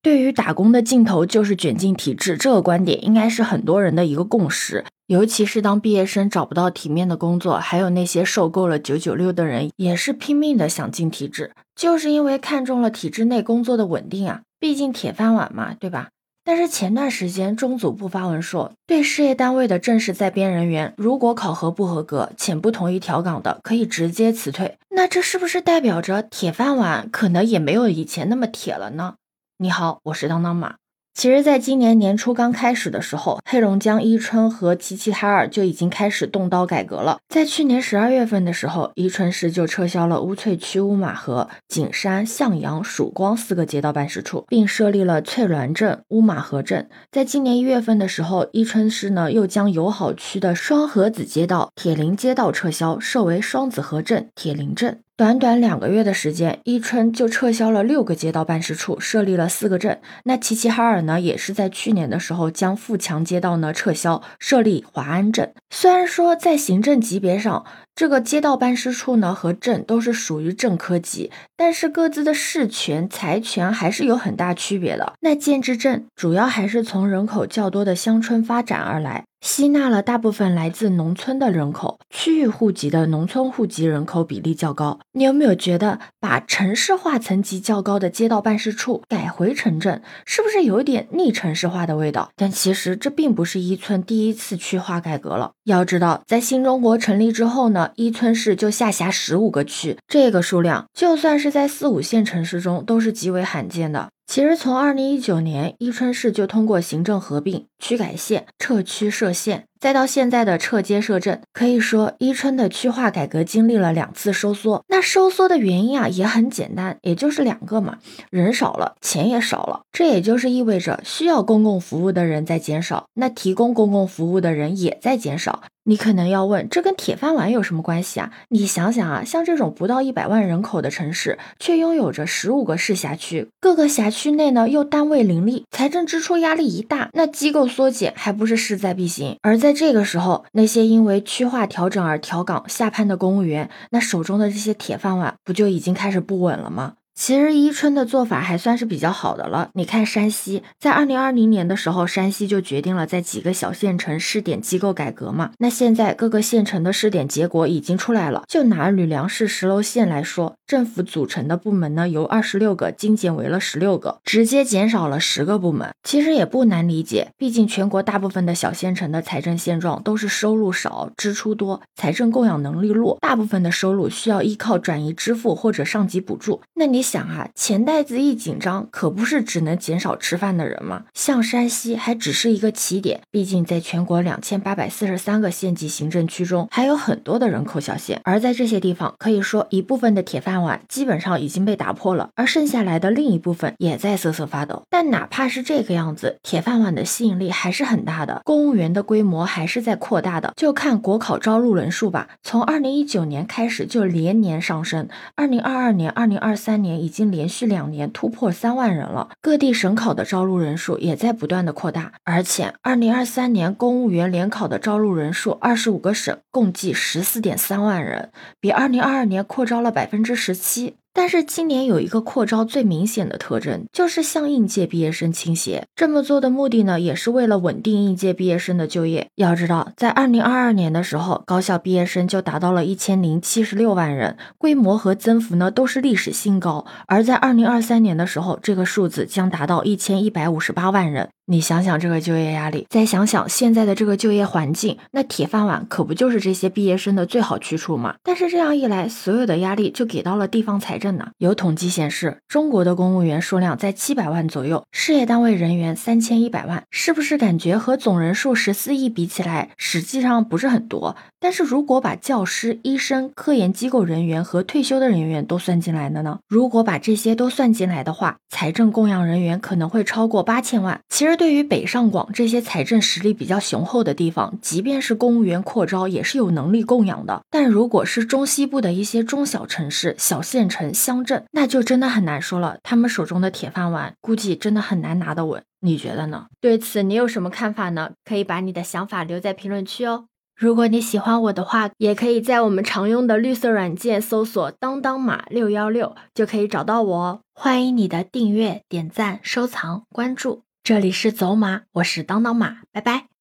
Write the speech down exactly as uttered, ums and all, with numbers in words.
对于打工的尽头就是卷进体制，这个观点应该是很多人的一个共识。尤其是当毕业生找不到体面的工作，还有那些受够了九九六的人，也是拼命的想进体制，就是因为看中了体制内工作的稳定啊，毕竟铁饭碗嘛，对吧？但是前段时间中组部发文说，对事业单位的正式在编人员，如果考核不合格且不同意调岗的，可以直接辞退。那这是不是代表着铁饭碗可能也没有以前那么铁了呢？你好，我是当当马。其实在今年年初刚开始的时候，黑龙江伊春和齐齐哈尔就已经开始动刀改革了。在去年十二月份的时候，伊春市就撤销了乌翠区乌马河、景山、向阳、曙光四个街道办事处，并设立了翠峦镇、乌马河镇。在今年一月份的时候，伊春市呢又将友好区的双河子街道、铁林街道撤销，设为双子河镇、铁林镇。短短两个月的时间，伊春就撤销了六个街道办事处，设立了四个镇。那齐齐哈尔呢，也是在去年的时候将富强街道呢撤销，设立华安镇。虽然说在行政级别上，这个街道办事处呢和镇都是属于镇科级，但是各自的事权、财权还是有很大区别的。那建制镇主要还是从人口较多的乡村发展而来，吸纳了大部分来自农村的人口，区域户籍的农村户籍人口比例较高。你有没有觉得把城市化层级较高的街道办事处改回城镇，是不是有点逆城市化的味道？但其实这并不是伊村第一次区划改革了。要知道，在新中国成立之后呢，伊村市就下辖十五个区，这个数量就算是在四五线城市中都是极为罕见的。其实从二零一九年，伊春市就通过行政合并、区改县、撤区设县，再到现在的撤街设镇，可以说伊春的区划改革经历了两次收缩。那收缩的原因啊也很简单，也就是两个嘛，人少了，钱也少了，这也就是意味着需要公共服务的人在减少，那提供公共服务的人也在减少。你可能要问，这跟铁饭碗有什么关系啊？你想想啊，像这种不到一百万人口的城市，却拥有着十五个市辖区，各个辖区内呢又单位林立，财政支出压力一大，那机构缩减还不是势在必行？而在这个时候，那些因为区划调整而调岗下攀的公务员，那手中的这些铁饭碗不就已经开始不稳了吗？其实伊春的做法还算是比较好的了。你看山西，在二零二零年的时候，山西就决定了在几个小县城试点机构改革嘛。那现在各个县城的试点结果已经出来了。就拿吕梁市石楼县来说，政府组成的部门呢由二十六个精简为了十六个，直接减少了十个部门。其实也不难理解，毕竟全国大部分的小县城的财政现状都是收入少、支出多、财政供养能力弱，大部分的收入需要依靠转移支付或者上级补助。那你想啊，钱袋子一紧张，可不是只能减少吃饭的人吗？像山西还只是一个起点，毕竟在全国两千八百四十三个县级行政区中，还有很多的人口小县，而在这些地方，可以说一部分的铁饭碗基本上已经被打破了，而剩下来的另一部分也在瑟瑟发抖。但哪怕是这个样子，铁饭碗的吸引力还是很大的，公务员的规模还是在扩大的。就看国考招录人数吧，从二零一九年开始就连年上升，二零二二年、二零二三年已经连续两年突破三万人了。各地省考的招录人数也在不断的扩大，而且二零二三年公务员联考的招录人数，二十五个省共计十四点三万人，比二零二二年扩招了百分之十七。但是今年有一个扩招最明显的特征，就是向应届毕业生倾斜。这么做的目的呢，也是为了稳定应届毕业生的就业。要知道，在二零二二年的时候，高校毕业生就达到了一千零七十六万人，规模和增幅呢都是历史新高。而在二零二三年的时候，这个数字将达到一千一百五十八万人。你想想这个就业压力，再想想现在的这个就业环境，那铁饭碗可不就是这些毕业生的最好去处吗？但是这样一来，所有的压力就给到了地方财政呢。有统计显示，中国的公务员数量在七百万左右，事业单位人员三千一百万，是不是感觉和总人数十四亿比起来，实际上不是很多？但是如果把教师、医生、科研机构人员和退休的人员都算进来了呢？如果把这些都算进来的话，财政供养人员可能会超过八千万。其实对于北上广这些财政实力比较雄厚的地方，即便是公务员扩招也是有能力供养的。但如果是中西部的一些中小城市、小县城、乡镇，那就真的很难说了，他们手中的铁饭碗估计真的很难拿得稳。你觉得呢？对此你有什么看法呢？可以把你的想法留在评论区哦。 如果你喜欢我的话，也可以在我们常用的绿色软件搜索当当马六一六就可以找到我哦。欢迎你的订阅、点赞、收藏、关注。这里是走马，我是当当马，拜拜。